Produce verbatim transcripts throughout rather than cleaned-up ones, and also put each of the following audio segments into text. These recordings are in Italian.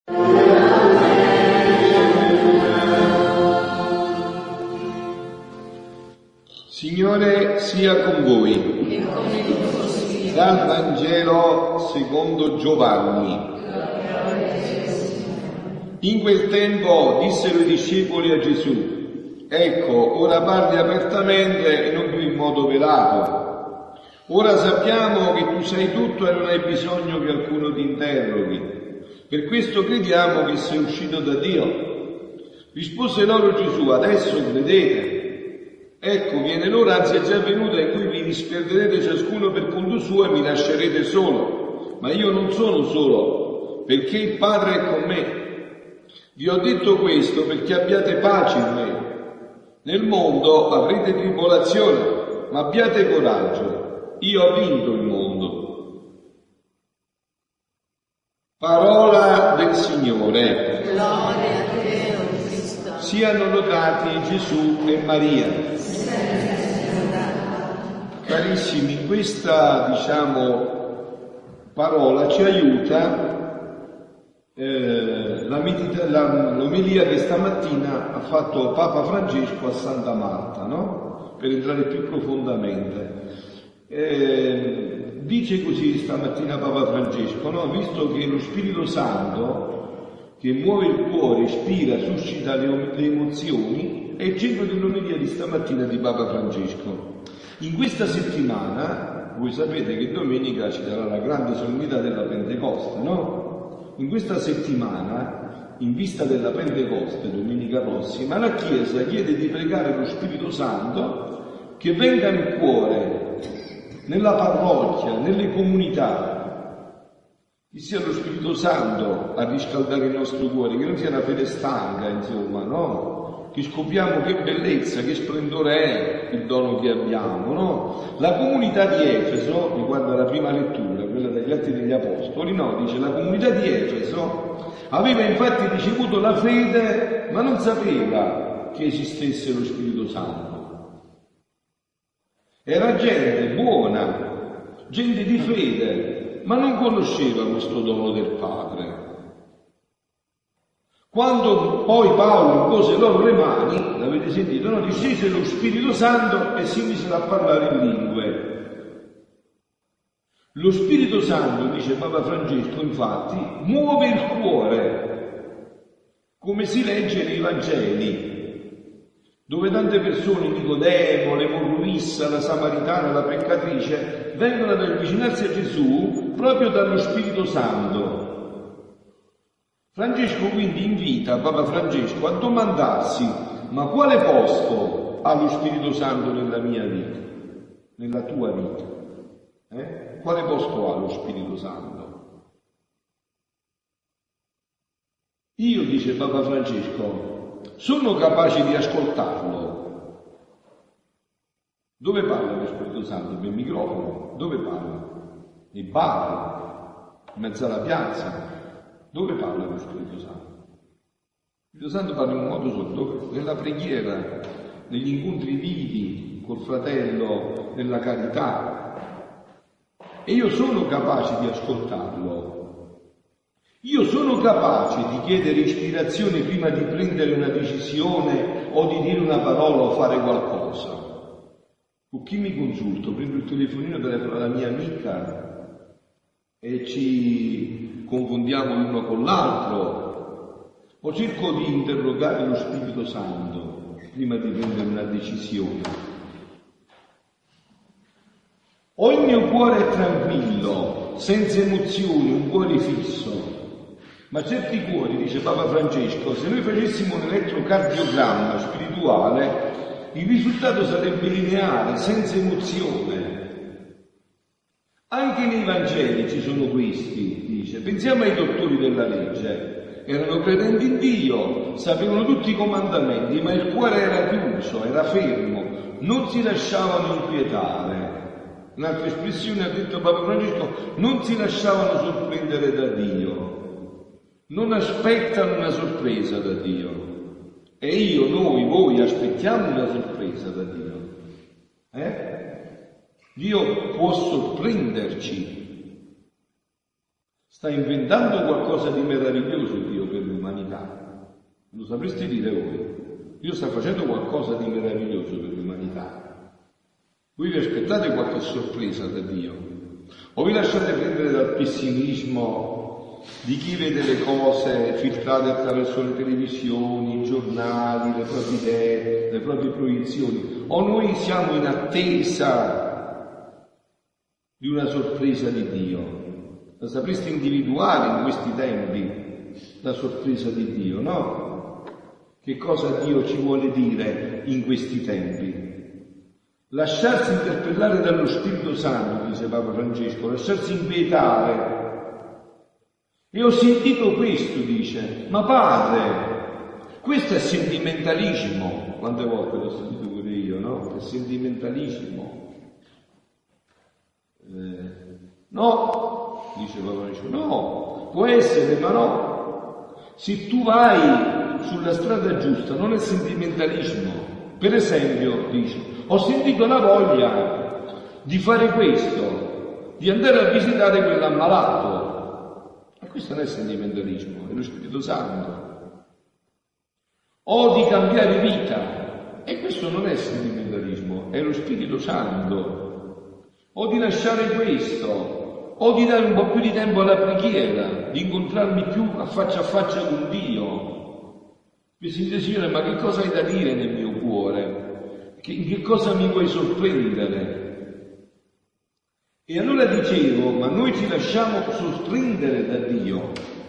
Signore sia con voi. Dal Vangelo secondo Giovanni. In quel tempo dissero i discepoli a Gesù: ecco, ora parli apertamente e non più in modo velato. Ora sappiamo che tu sai tutto e non hai bisogno che alcuno ti interroghi. Per questo crediamo che sei uscito da Dio. Rispose loro Gesù: adesso credete? Ecco, viene l'ora, anzi è già venuta, in cui vi disperderete ciascuno per conto suo e mi lascerete solo. Ma io non sono solo, perché il Padre è con me. Vi ho detto questo perché abbiate pace in me. Nel mondo avrete tribolazione, ma abbiate coraggio. Io ho vinto il mondo. Parola del Signore. Gloria a te, o Cristo. Siano lodati Gesù e Maria. Carissimi, in questa, diciamo, parola ci aiuta eh, la medita- la, l'omelia che stamattina ha fatto Papa Francesco a Santa Marta, no? Per entrare più profondamente. Eh, dice così stamattina Papa Francesco, no? Visto che lo Spirito Santo, che muove il cuore, ispira, suscita le, le emozioni, è il centro dell'omelia di stamattina di Papa Francesco. In questa settimana, voi sapete che domenica ci sarà la grande solennità della Pentecoste, no? In questa settimana, in vista della Pentecoste, domenica prossima, la Chiesa chiede di pregare lo Spirito Santo che venga nel cuore, nella parrocchia, nelle comunità, che sia lo Spirito Santo a riscaldare il nostro cuore, che non sia una fede stanca, insomma, no? Che scopriamo che bellezza, che splendore è il dono che abbiamo, no? La comunità di Efeso, riguardo alla prima lettura, quella degli Atti degli Apostoli, no? Dice, la comunità di Efeso aveva infatti ricevuto la fede, ma non sapeva che esistesse lo Spirito Santo. Era gente buona, gente di fede, ma non conosceva questo dono del Padre. Quando poi Paolo impose loro le mani, l'avete sentito, no? Discese lo Spirito Santo e si misero a parlare in lingue. Lo Spirito Santo, dice Papa Francesco, infatti, muove il cuore, come si legge nei Vangeli, dove tante persone, Nicodemo, l'emorruissa, la samaritana, la peccatrice, vengono ad avvicinarsi a Gesù proprio dallo Spirito Santo. Francesco quindi invita Papa Francesco a domandarsi: ma quale posto ha lo Spirito Santo nella mia vita, nella tua vita? Eh? Quale posto ha lo Spirito Santo? Io, dice Papa Francesco, sono capace di ascoltarlo. Dove parla lo Spirito Santo? Per il microfono. Dove parla? Nei bar, in mezzo alla piazza. Dove parla lo Spirito Santo? Lo Spirito Santo parla in un modo solo, nella preghiera, negli incontri vivi col fratello, nella carità. E io sono capace di ascoltarlo. Io sono capace di chiedere ispirazione prima di prendere una decisione o di dire una parola o fare qualcosa. Con chi mi consulto? Prendo il telefonino della mia amica e ci confondiamo l'uno con l'altro, o cerco di interrogare lo Spirito Santo prima di prendere una decisione. O il mio cuore è tranquillo, senza emozioni, un cuore fisso, ma certi cuori, dice Papa Francesco, se noi facessimo un elettrocardiogramma spirituale, il risultato sarebbe lineare, senza emozione. Anche nei Vangeli ci sono questi, dice. Pensiamo ai dottori della legge. Erano credenti in Dio, sapevano tutti i comandamenti, ma il cuore era chiuso, era fermo, non si lasciavano inquietare. Un'altra espressione ha detto Papa Francesco: non si lasciavano sorprendere da Dio. Non aspettano una sorpresa da Dio. E io, noi, voi aspettiamo una sorpresa da Dio. Eh? Dio può sorprenderci. sta inventando qualcosa di meraviglioso Dio per l'umanità. Lo sapreste dire voi? Dio sta facendo qualcosa di meraviglioso per l'umanità. Voi vi aspettate qualche sorpresa da Dio? O vi lasciate prendere dal pessimismo di chi vede le cose filtrate attraverso le televisioni, i giornali, le proprie idee, le proprie proiezioni? O noi siamo in attesa di una sorpresa di Dio? La sapreste individuare in questi tempi la sorpresa di Dio, no? Che cosa Dio ci vuole dire in questi tempi? Lasciarsi interpellare dallo Spirito Santo, dice Papa Francesco, lasciarsi inquietare. E ho sentito questo, dice, ma padre, questo è sentimentalismo. Quante volte l'ho sentito pure io, no? È sentimentalismo. Eh, no, dice Papa Francesco, no, può essere, ma no. Se tu vai sulla strada giusta, non è sentimentalismo. Per esempio, dice, ho sentito la voglia di fare questo, di andare a visitare quell'ammalato. Ma questo non è sentimentalismo, è lo Spirito Santo. O di cambiare vita, e questo non è sentimentalismo, è lo Spirito Santo. O di lasciare questo, o di dare un po' più di tempo alla preghiera, di incontrarmi più a faccia a faccia con Dio. Mi sente, Signore, ma che cosa hai da dire nel mio cuore? Che, in che cosa mi vuoi sorprendere? E allora dicevo, ma noi ci lasciamo sorprendere da Dio.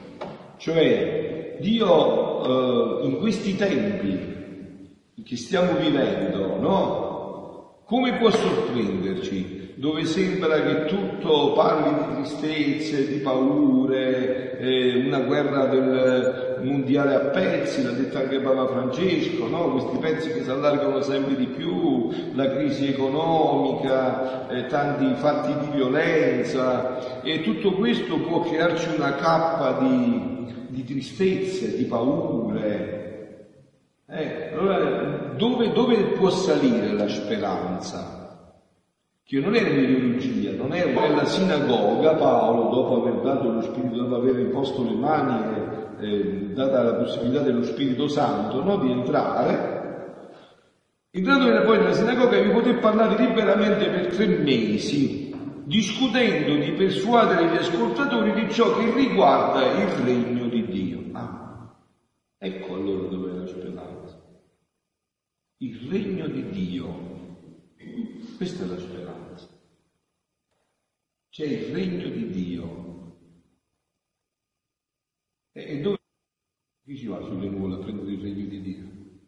Cioè, Dio eh, in questi tempi che stiamo vivendo, no? Come può sorprenderci? Dove sembra che tutto parli di tristezze, di paure, eh, una guerra del mondiale a pezzi, l'ha detto anche Papa Francesco, no? Questi pezzi che si allargano sempre di più, la crisi economica, eh, tanti fatti di violenza, e tutto questo può crearci una cappa di, di tristezze, di paure. Eh, allora, dove, dove può salire la speranza? Che non è un'ideologia, non è quella sinagoga, Paolo, dopo aver dato lo Spirito, dopo aver imposto le mani e eh, data la possibilità dello Spirito Santo, no, di entrare, entrato poi nella sinagoga vi potete parlare liberamente per tre mesi, discutendo di persuadere gli ascoltatori di ciò che riguarda il regno di Dio. Ah, ecco allora dove è la speranza. Il regno di Dio. Questa è la speranza. C'è il regno di Dio. E, e dove chi ci va sulle nuvole a prendere il regno di Dio?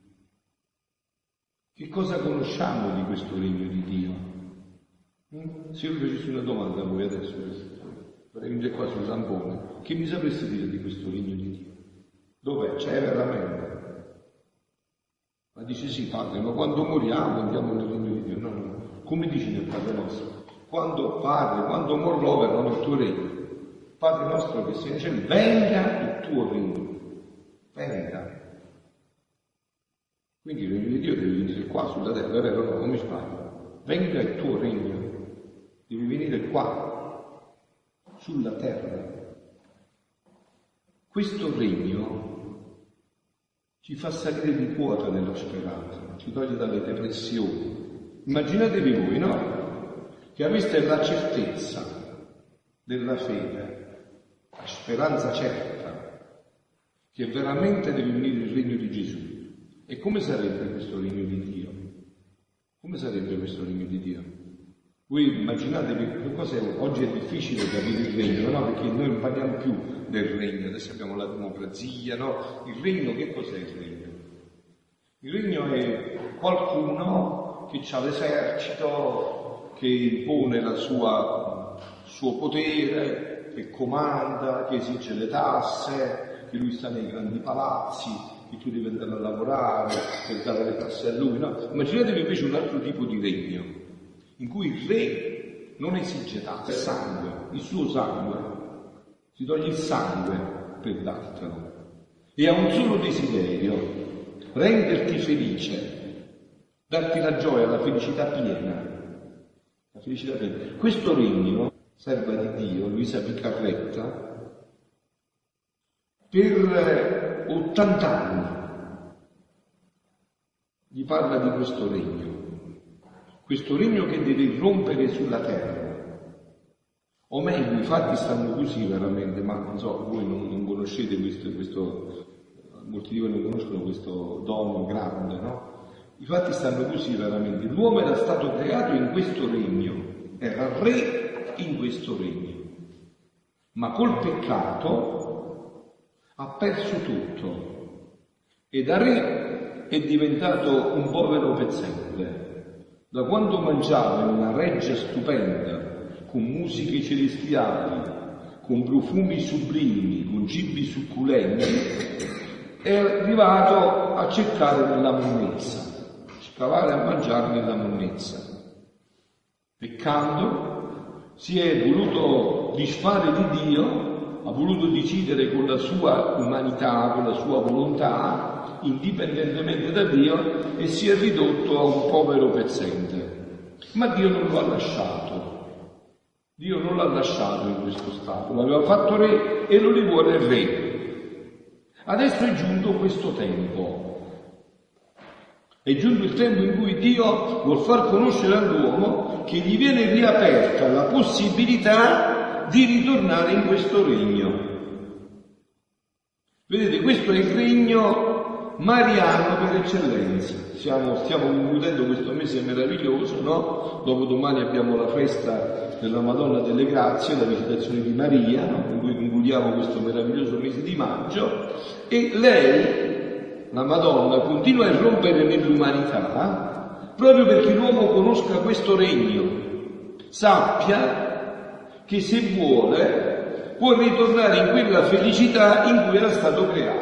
Che cosa conosciamo di questo regno di Dio? Mm? Se io vi facessi una domanda a voi adesso, vorrei venire qua sul lampone, che mi sapreste dire di questo regno di Dio? Dov'è? C'è veramente? Ma dice sì, padre, ma quando moriamo andiamo nel regno di Dio? No, no. Come dice nel Padre nostro? Quando, Padre, quando morrò verrò nel tuo regno. Padre nostro che sei nei cieli, venga il tuo regno. Venga. Quindi il regno di Dio deve venire qua sulla terra, è vero? No, come sbaglio? Venga il tuo regno. Deve venire qua, sulla terra. Questo regno ci fa salire di quota nella speranza, ci toglie dalle depressioni. Immaginatevi voi, no? Che aveste la certezza della fede, la speranza certa, che veramente deve venire il regno di Gesù. E come sarebbe questo regno di Dio? Come sarebbe questo regno di Dio? Voi immaginatevi che cosa è, oggi è difficile capire il regno, no? Perché noi non parliamo più del regno, adesso abbiamo la democrazia, no? Il regno, che cos'è il regno? Il regno è qualcuno che ha l'esercito, che impone la sua, il suo potere, che comanda, che esige le tasse, che lui sta nei grandi palazzi, che tu devi andare a lavorare per dare le tasse a lui, no? Immaginatevi invece un altro tipo di regno, in cui il re non esige tasse, il sangue, il suo sangue, si toglie il sangue per dartelo, e ha un solo desiderio, renderti felice, darti la gioia, la felicità piena. La felicità piena. Questo regno, serva di Dio, Luisa Piccarretta, per ottanta anni gli parla di questo regno, questo regno che deve irrompere sulla terra. O meglio, i fatti stanno così veramente, ma non so, voi non, non conoscete questo, questo, molti di voi non conoscono questo dono grande, no? I fatti stanno così veramente. L'uomo era stato creato in questo regno, era re in questo regno, ma col peccato ha perso tutto e da re è diventato un povero pezzente. Da quando mangiava in una reggia stupenda, con musiche celestiali, con profumi sublimi, con cibi succulenti, è arrivato a cercare nella monnezza, scavare a mangiare nella monnezza. Peccando, si è voluto disfare di Dio, ha voluto decidere con la sua umanità, con la sua volontà, indipendentemente da Dio, e si è ridotto a un povero pezzente. Ma Dio non lo ha lasciato. Dio non l'ha lasciato in questo stato, l'aveva fatto re e lo li vuole re. Adesso è giunto questo tempo, è giunto il tempo in cui Dio vuol far conoscere all'uomo che gli viene riaperta la possibilità di ritornare in questo regno. Vedete, questo è il regno mariano per eccellenza. Siamo, stiamo concludendo questo mese meraviglioso, no? Dopodomani abbiamo la festa della Madonna delle Grazie, la visitazione di Maria, no? Con cui concludiamo questo meraviglioso mese di maggio, e lei, la Madonna, continua a irrompere nell'umanità proprio perché l'uomo conosca questo regno, sappia che se vuole può ritornare in quella felicità in cui era stato creato.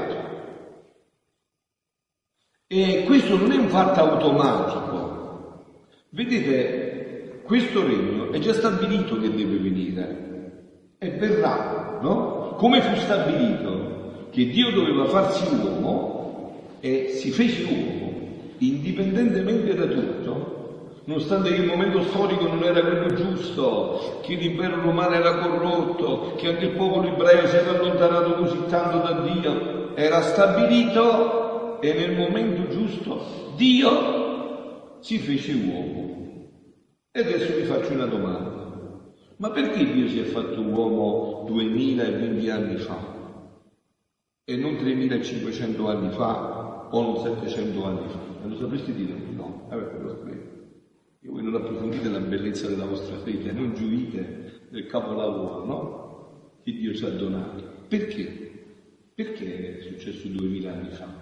E questo non è un fatto automatico. Vedete, questo regno è già stabilito che deve venire e verrà, no? Come fu stabilito che Dio doveva farsi uomo e si fece uomo, indipendentemente da tutto, nonostante che il momento storico non era quello giusto, che l'impero romano era corrotto, che anche il popolo ebreo si era allontanato così tanto da Dio, era stabilito. E nel momento giusto Dio si fece uomo. E adesso vi faccio una domanda. Ma perché Dio si è fatto uomo duemilaventi anni fa? E non tremilacinquecento anni fa o non settecento anni fa? Me lo sapreste dire? No, vabbè, lo saprete. E voi non approfondite la bellezza della vostra fede, non giuite del capolavoro, no? Che Dio ci ha donato. Perché? Perché è successo duemila anni fa?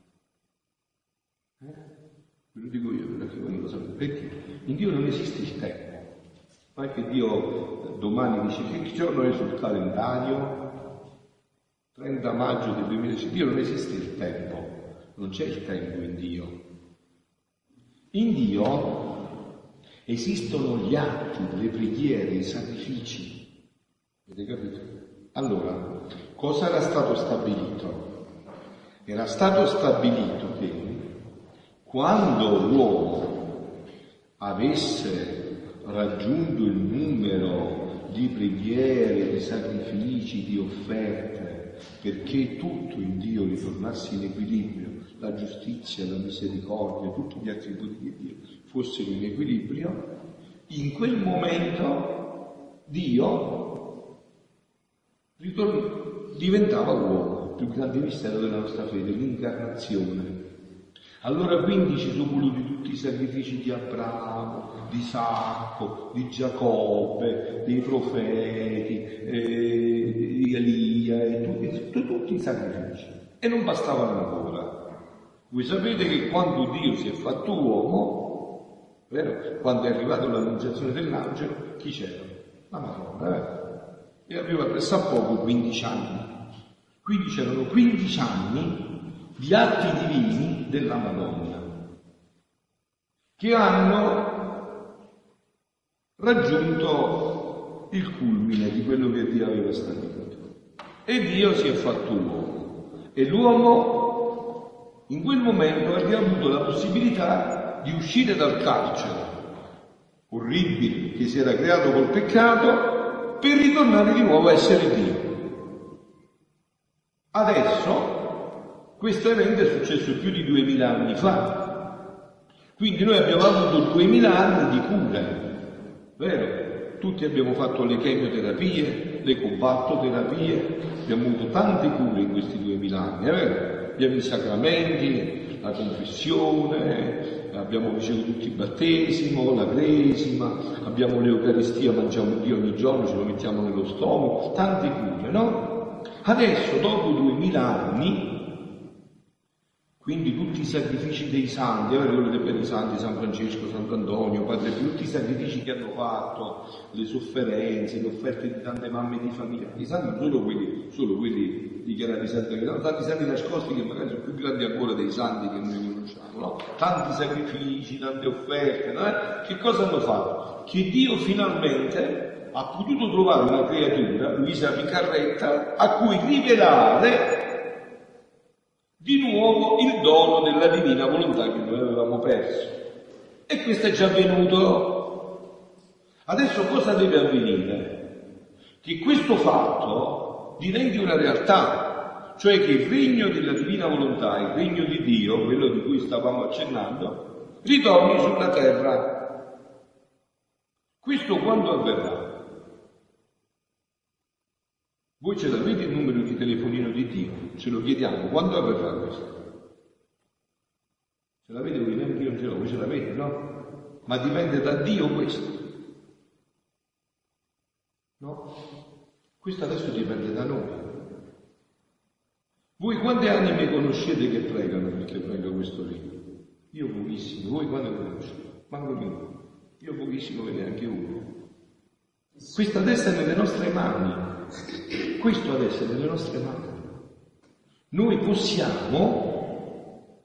Eh? Ve lo dico io, perché voi non lo sapete. Perché? In Dio non esiste il tempo. Non è che Dio domani dice che giorno è sul calendario? trenta maggio del duemilacinque. Dio non esiste il tempo. Non c'è il tempo in Dio. In Dio esistono gli atti, le preghiere, i sacrifici. Avete capito? Allora, cosa era stato stabilito? Era stato stabilito che quando l'uomo avesse raggiunto il numero di preghiere, di sacrifici, di offerte, perché tutto in Dio ritornasse in equilibrio, la giustizia, la misericordia, tutti gli attributi di Dio fossero in equilibrio, in quel momento Dio ritorn- diventava uomo, il più grande mistero della nostra fede, l'incarnazione. Allora quindi ci sono voluti tutti i sacrifici di Abramo, di Isacco, di Giacobbe, dei profeti, eh, di Elia, e tutti, tutti i sacrifici. E non bastavano ancora. Voi sapete che quando Dio si è fatto uomo, vero? Quando è arrivata l'annunciazione dell'angelo, chi c'era? La Madonna, vero? E aveva pressappoco quindici anni. Quindi c'erano quindici anni di atti divini della Madonna che hanno raggiunto il culmine di quello che Dio aveva stabilito. E Dio si è fatto uomo. E l'uomo in quel momento aveva avuto la possibilità di uscire dal carcere orribile che si era creato col peccato per ritornare di nuovo a essere Dio. Adesso questo evento è successo più di duemila anni fa, quindi noi abbiamo avuto duemila anni di cure, vero? Tutti abbiamo fatto le chemioterapie, le combattoterapie, abbiamo avuto tante cure in questi duemila anni, è vero? Abbiamo i sacramenti, la confessione, abbiamo ricevuto tutti il battesimo, la cresima, abbiamo l'Eucaristia, mangiamo Dio ogni giorno, ce lo mettiamo nello stomaco, tante cure, no? Adesso, dopo duemila anni, quindi tutti i sacrifici dei santi, quello per i santi, San Francesco, Sant'Antonio, Padre Pio, tutti i sacrifici che hanno fatto, le sofferenze, le offerte di tante mamme di famiglia, i santi non solo quelli, solo quelli dichiarati santi, no? Tanti santi nascosti che magari sono più grandi ancora dei santi che noi conosciamo, no? Tanti sacrifici, tante offerte, no? Che cosa hanno fatto? Che Dio finalmente ha potuto trovare una creatura, Luisa Piccarretta, a cui rivelare di nuovo il dono della divina volontà che noi avevamo perso. E questo è già avvenuto. Adesso cosa deve avvenire? Che questo fatto diventi una realtà, cioè che il regno della divina volontà, il regno di Dio, quello di cui stavamo accennando, ritorni sulla terra. Questo quando avverrà? Voi ce l'avete il numero di telefonino di Dio? Ce lo chiediamo, quando avverrà questo? Ce l'avete voi? Neanche io non ce l'ho, voi ce l'avete, no? Ma dipende da Dio questo? No? Questo adesso dipende da noi. Voi quante anime conoscete che pregano perché venga questo regno? Io pochissimo, voi quante conoscete? Manco io. Io pochissimo e neanche uno. Questo adesso è nelle nostre mani. Questo adesso è nelle nostre mani. Noi possiamo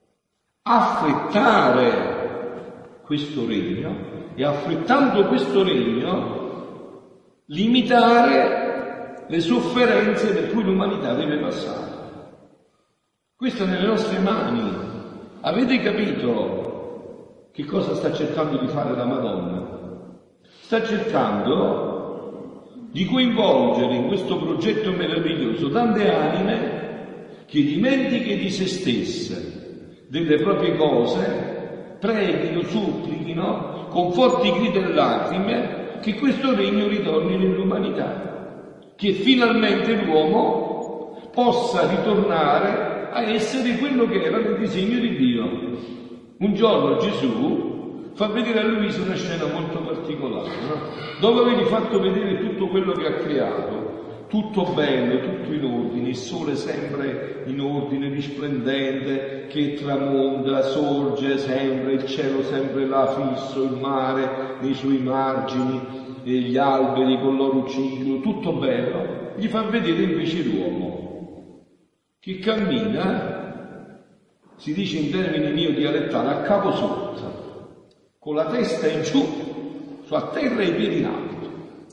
affrettare questo regno e affrettando questo regno limitare le sofferenze per cui l'umanità deve passare. Questo è nelle nostre mani. Avete capito che cosa sta cercando di fare la Madonna? Sta cercando di coinvolgere in questo progetto meraviglioso tante anime che dimentiche di se stesse, delle proprie cose, preghino, supplichino, con forti grida e lacrime, che questo regno ritorni nell'umanità, che finalmente l'uomo possa ritornare a essere quello che era nel disegno di Dio. Un giorno Gesù fa vedere a Luisa una scena molto particolare, no? Dopo avergli fatto vedere tutto quello che ha creato, tutto bello, tutto in ordine, il sole sempre in ordine, risplendente, che tramonta, sorge sempre, il cielo sempre là fisso, il mare nei suoi margini, e gli alberi con loro ciclo, tutto bello, gli fa vedere invece l'uomo, che cammina, si dice in termini mio dialettali, a capo sotto, con la testa in giù, su a terra e i piedi in alto.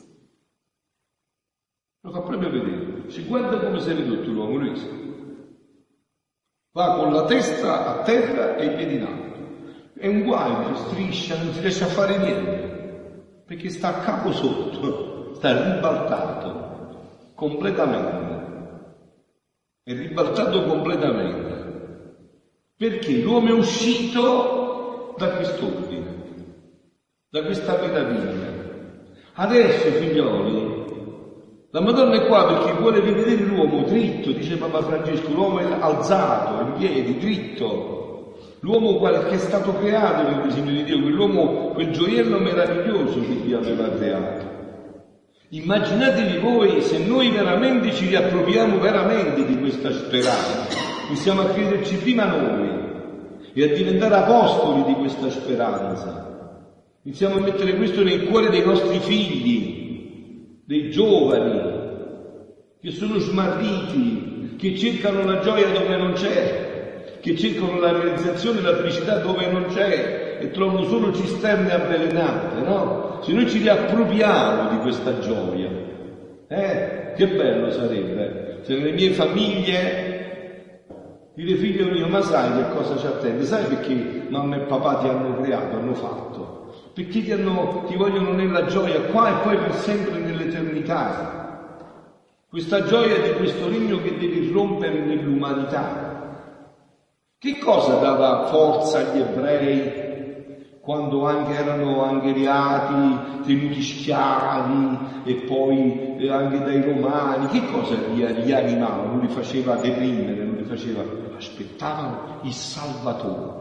Lo fa proprio vedere. Si guarda come si è ridotto l'uomo, Luisa. Va con la testa a terra e i piedi in alto. È un guaio, striscia, non si riesce a fare niente, perché sta a capo sotto, sta ribaltato completamente. È ribaltato completamente. Perché l'uomo è uscito da quest'ordine, da questa meraviglia. Adesso, figlioli, la Madonna è qua perché vuole rivedere l'uomo dritto, dice Papa Francesco, l'uomo è alzato, in piedi, dritto. L'uomo che è stato creato nel disegno di Dio, quell'uomo, quel gioiello meraviglioso che Dio aveva creato. Immaginatevi voi se noi veramente ci riappropriamo veramente di questa speranza, iniziamo a crederci prima noi e a diventare apostoli di questa speranza. Iniziamo a mettere questo nel cuore dei nostri figli, dei giovani, che sono smarriti, che cercano la gioia dove non c'è, che cercano la realizzazione e la felicità dove non c'è e trovano solo cisterne avvelenate, no? Se noi ci riappropriamo di questa gioia, eh, che bello sarebbe se nelle mie famiglie dire figlio mio, ma sai che cosa ci attende? Sai perché mamma e papà ti hanno creato, hanno fatto? Perché ti, hanno, ti vogliono nella gioia qua e poi per sempre nell'eternità. questa gioia di questo regno che deve irrompere nell'umanità. Che cosa dava forza agli ebrei quando anche erano angheriati, tenuti schiavi e poi eh, anche dai romani? Che cosa li, li animava? Non li faceva deprimere, non li faceva, aspettavano il Salvatore.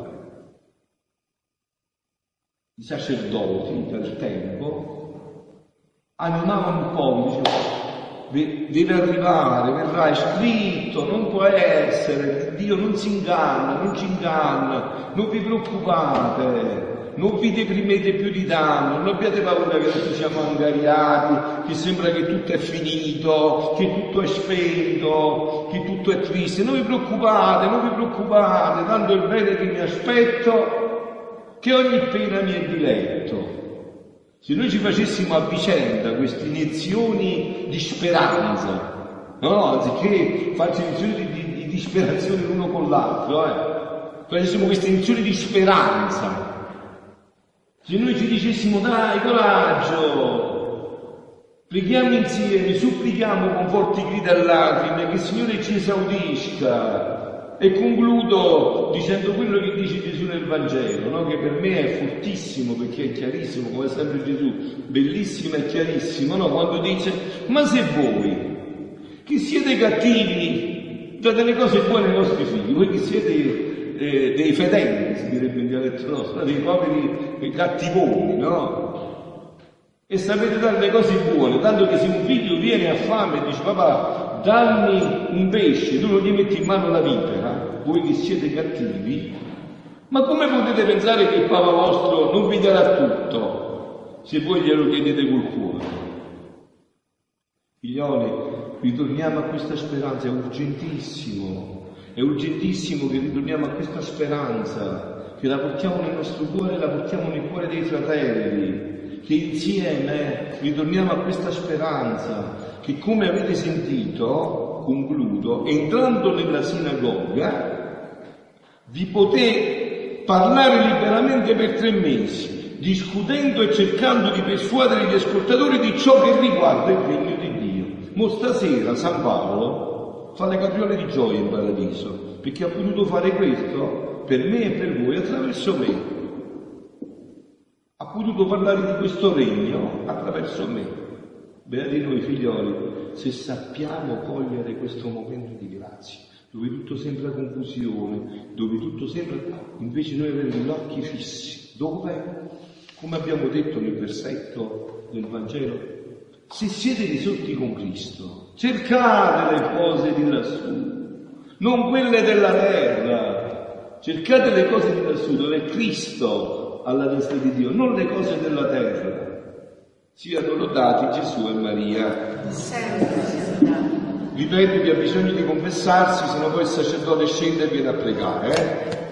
I sacerdoti del tempo animavano un po', dicevano: deve arrivare, verrà, è scritto, non può essere, Dio non si inganna, non ci inganna, non vi preoccupate, non vi deprimete più di tanto, non abbiate paura che adesso siamo angariati, che sembra che tutto è finito, che tutto è spento, che tutto è triste, non vi preoccupate, non vi preoccupate, tanto il bene che mi aspetto, che ogni pena mi è diletto. Se noi ci facessimo a vicenda queste iniezioni di speranza, no? Anziché farci iniezioni di, di, di disperazione l'uno con l'altro, eh? facessimo queste iniezioni di speranza, se noi ci dicessimo: dai, coraggio, preghiamo insieme, supplichiamo con forti grida e lacrime che il Signore ci esaudisca. E concludo dicendo quello che dice Gesù nel Vangelo, no? Che per me è fortissimo, perché è chiarissimo, come sempre Gesù, bellissimo e chiarissimo, no? Quando dice: ma se voi, che siete cattivi, date le cose buone ai vostri figli, voi che siete eh, dei fedeli, si direbbe in dialetto nostro, dei poveri cattivoni, no? E sapete dare le cose buone, tanto che se un figlio viene a fame e dice: papà, dammi un pesce, tu non gli metti in mano la vipera, voi che siete cattivi, ma come potete pensare che il Papa vostro non vi darà tutto, se voi glielo chiedete col cuore? Figlioli, ritorniamo a questa speranza, è urgentissimo, è urgentissimo che ritorniamo a questa speranza, che la portiamo nel nostro cuore e la portiamo nel cuore dei fratelli, che insieme ritorniamo a questa speranza, che come avete sentito, concludo, entrando nella sinagoga, di poter parlare liberamente per tre mesi, discutendo e cercando di persuadere gli ascoltatori di ciò che riguarda il regno di Dio. Mo stasera San Paolo fa le capriole di gioia in paradiso, perché ha potuto fare questo per me e per voi attraverso me. Ha potuto parlare di questo regno attraverso me. Beati noi figlioli, se sappiamo cogliere questo momento di grazia, dove tutto sembra confusione, dove tutto sembra, invece noi avremo gli occhi fissi. Dove? Come abbiamo detto nel versetto del Vangelo, se siete risorti con Cristo, cercate le cose di lassù, non quelle della terra. Cercate le cose di lassù, dove è Cristo alla destra di Dio, non le cose della terra. Siano lodati Gesù e Maria. Sempre siano lodati. Ripeto, chi ha bisogno di confessarsi, se no poi il sacerdote scende e viene a pregare, eh?